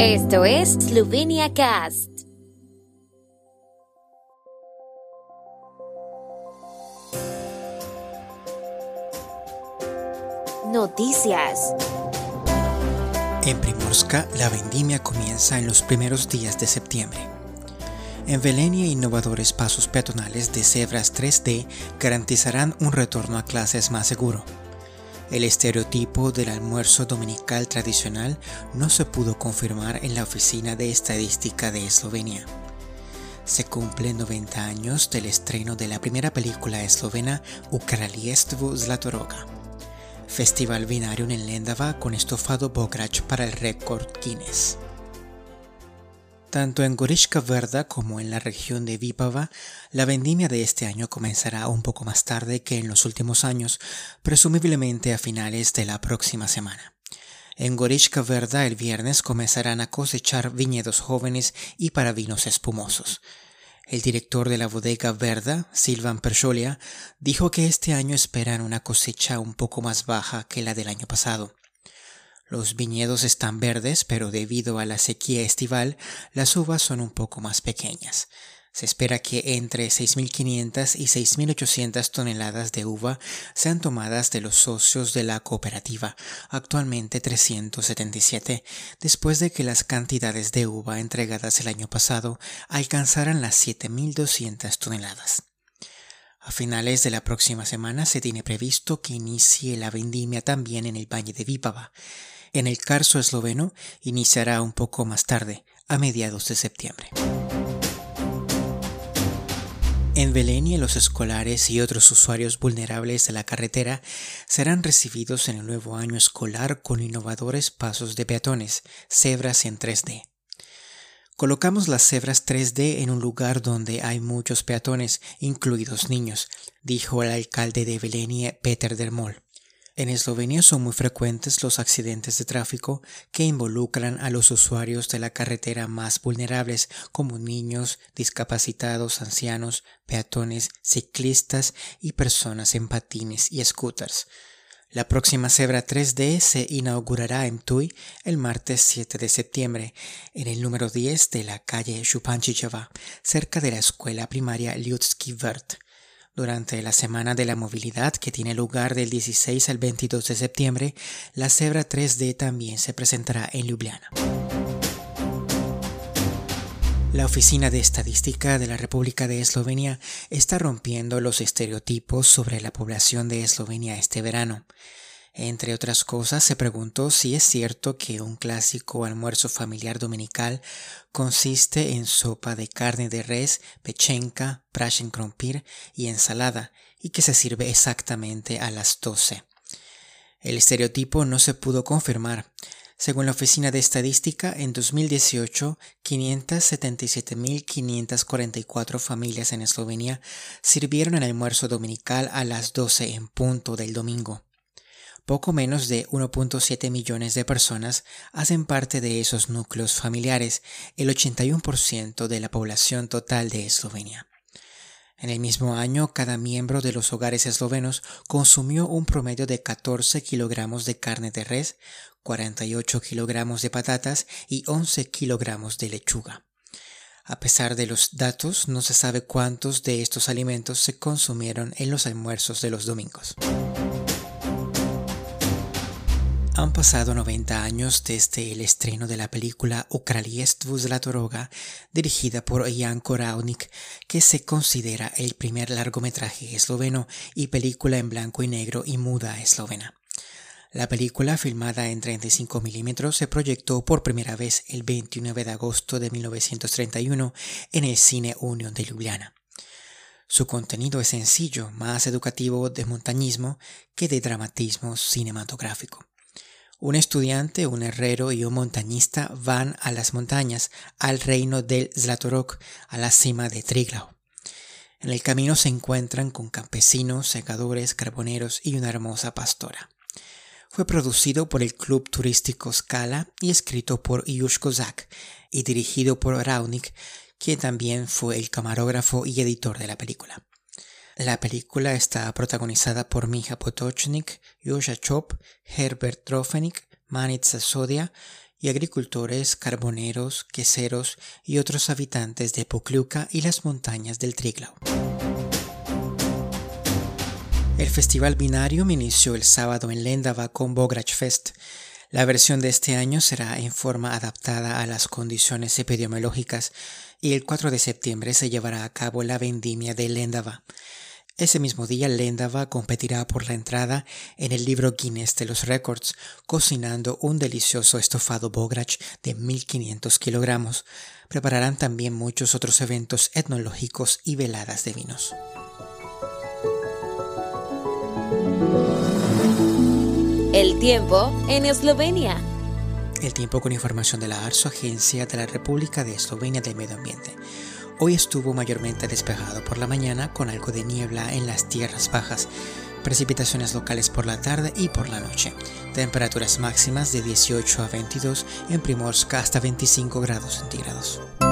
Esto es Slovenia Cast. Noticias. En Primorska, la vendimia comienza en los primeros días de septiembre. En Velenia, innovadores pasos peatonales de cebras 3D garantizarán un retorno a clases más seguro. El estereotipo del almuerzo dominical tradicional no se pudo confirmar en la Oficina de Estadística de Eslovenia. Se cumplen 90 años del estreno de la primera película eslovena U Kraljestvu Zlatoroga. Festival vinario en Lendava con estofado bograč para el récord Guinness. Tanto en Gorička Brda como en la región de Vipava, la vendimia de este año comenzará un poco más tarde que en los últimos años, presumiblemente a finales de la próxima semana. En Gorička Brda el viernes comenzarán a cosechar viñedos jóvenes y para vinos espumosos. El director de la bodega Brda, Silvan Peršolja, dijo que este año esperan una cosecha un poco más baja que la del año pasado. Los viñedos están verdes, pero debido a la sequía estival, las uvas son un poco más pequeñas. Se espera que entre 6.500 y 6.800 toneladas de uva sean tomadas de los socios de la cooperativa, actualmente 377, después de que las cantidades de uva entregadas el año pasado alcanzaran las 7.200 toneladas. A finales de la próxima semana se tiene previsto que inicie la vendimia también en el Valle de Vipava. En el Carso esloveno iniciará un poco más tarde, a mediados de septiembre. En Velenia, los escolares y otros usuarios vulnerables de la carretera serán recibidos en el nuevo año escolar con innovadores pasos de peatones, cebras en 3D. Colocamos las cebras 3D en un lugar donde hay muchos peatones, incluidos niños, dijo el alcalde de Velenia, Peter Dermol. En Eslovenia son muy frecuentes los accidentes de tráfico que involucran a los usuarios de la carretera más vulnerables, como niños, discapacitados, ancianos, peatones, ciclistas y personas en patines y scooters. La próxima cebra 3D se inaugurará en Ptuj el martes 7 de septiembre, en el número 10 de la calle Župančičeva, cerca de la escuela primaria Ljudski vrt. Durante la Semana de la Movilidad, que tiene lugar del 16 al 22 de septiembre, la cebra 3D también se presentará en Ljubljana. La Oficina de Estadística de la República de Eslovenia está rompiendo los estereotipos sobre la población de Eslovenia este verano. Entre otras cosas, se preguntó si es cierto que un clásico almuerzo familiar dominical consiste en sopa de carne de res, pechenka, prašen krompir y ensalada, y que se sirve exactamente a las 12. El estereotipo no se pudo confirmar. Según la Oficina de Estadística, en 2018, 577.544 familias en Eslovenia sirvieron el almuerzo dominical a las 12 en punto del domingo. Poco menos de 1.7 millones de personas hacen parte de esos núcleos familiares, el 81% de la población total de Eslovenia. En el mismo año, cada miembro de los hogares eslovenos consumió un promedio de 14 kilogramos de carne de res, 48 kilogramos de patatas y 11 kilogramos de lechuga. A pesar de los datos, no se sabe cuántos de estos alimentos se consumieron en los almuerzos de los domingos. Han pasado 90 años desde el estreno de la película U Kraljestvu Zlatoroga, dirigida por Janko Ravnik, que se considera el primer largometraje esloveno y película en blanco y negro y muda eslovena. La película, filmada en 35 mm, se proyectó por primera vez el 29 de agosto de 1931 en el Cine Union de Ljubljana. Su contenido es sencillo, más educativo de montañismo que de dramatismo cinematográfico. Un estudiante, un herrero y un montañista van a las montañas, al reino del Zlatorog, a la cima de Triglav. En el camino se encuentran con campesinos, segadores, carboneros y una hermosa pastora. Fue producido por el club turístico Skala y escrito por Jožko Zak y dirigido por Ravnik, quien también fue el camarógrafo y editor de la película. La película está protagonizada por Miha Potočnik, Joža Čop, Herbert Drofenik, Manica Sodia y agricultores, carboneros, queseros y otros habitantes de Pokľuka y las montañas del Triglav. El Festival Vinarium inició el sábado en Lendava con Bograč Fest. La versión de este año será en forma adaptada a las condiciones epidemiológicas y el 4 de septiembre se llevará a cabo la vendimia de Lendava. Ese mismo día Lendava competirá por la entrada en el libro Guinness de los Récords, cocinando un delicioso estofado Bograč de 1500 kilogramos. Prepararán también muchos otros eventos etnológicos y veladas de vinos. El tiempo en Eslovenia. El tiempo con información de la ARSO, Agencia de la República de Eslovenia del Medio Ambiente. Hoy estuvo mayormente despejado por la mañana con algo de niebla en las tierras bajas, precipitaciones locales por la tarde y por la noche. Temperaturas máximas de 18 a 22, en Primorska hasta 25 grados centígrados.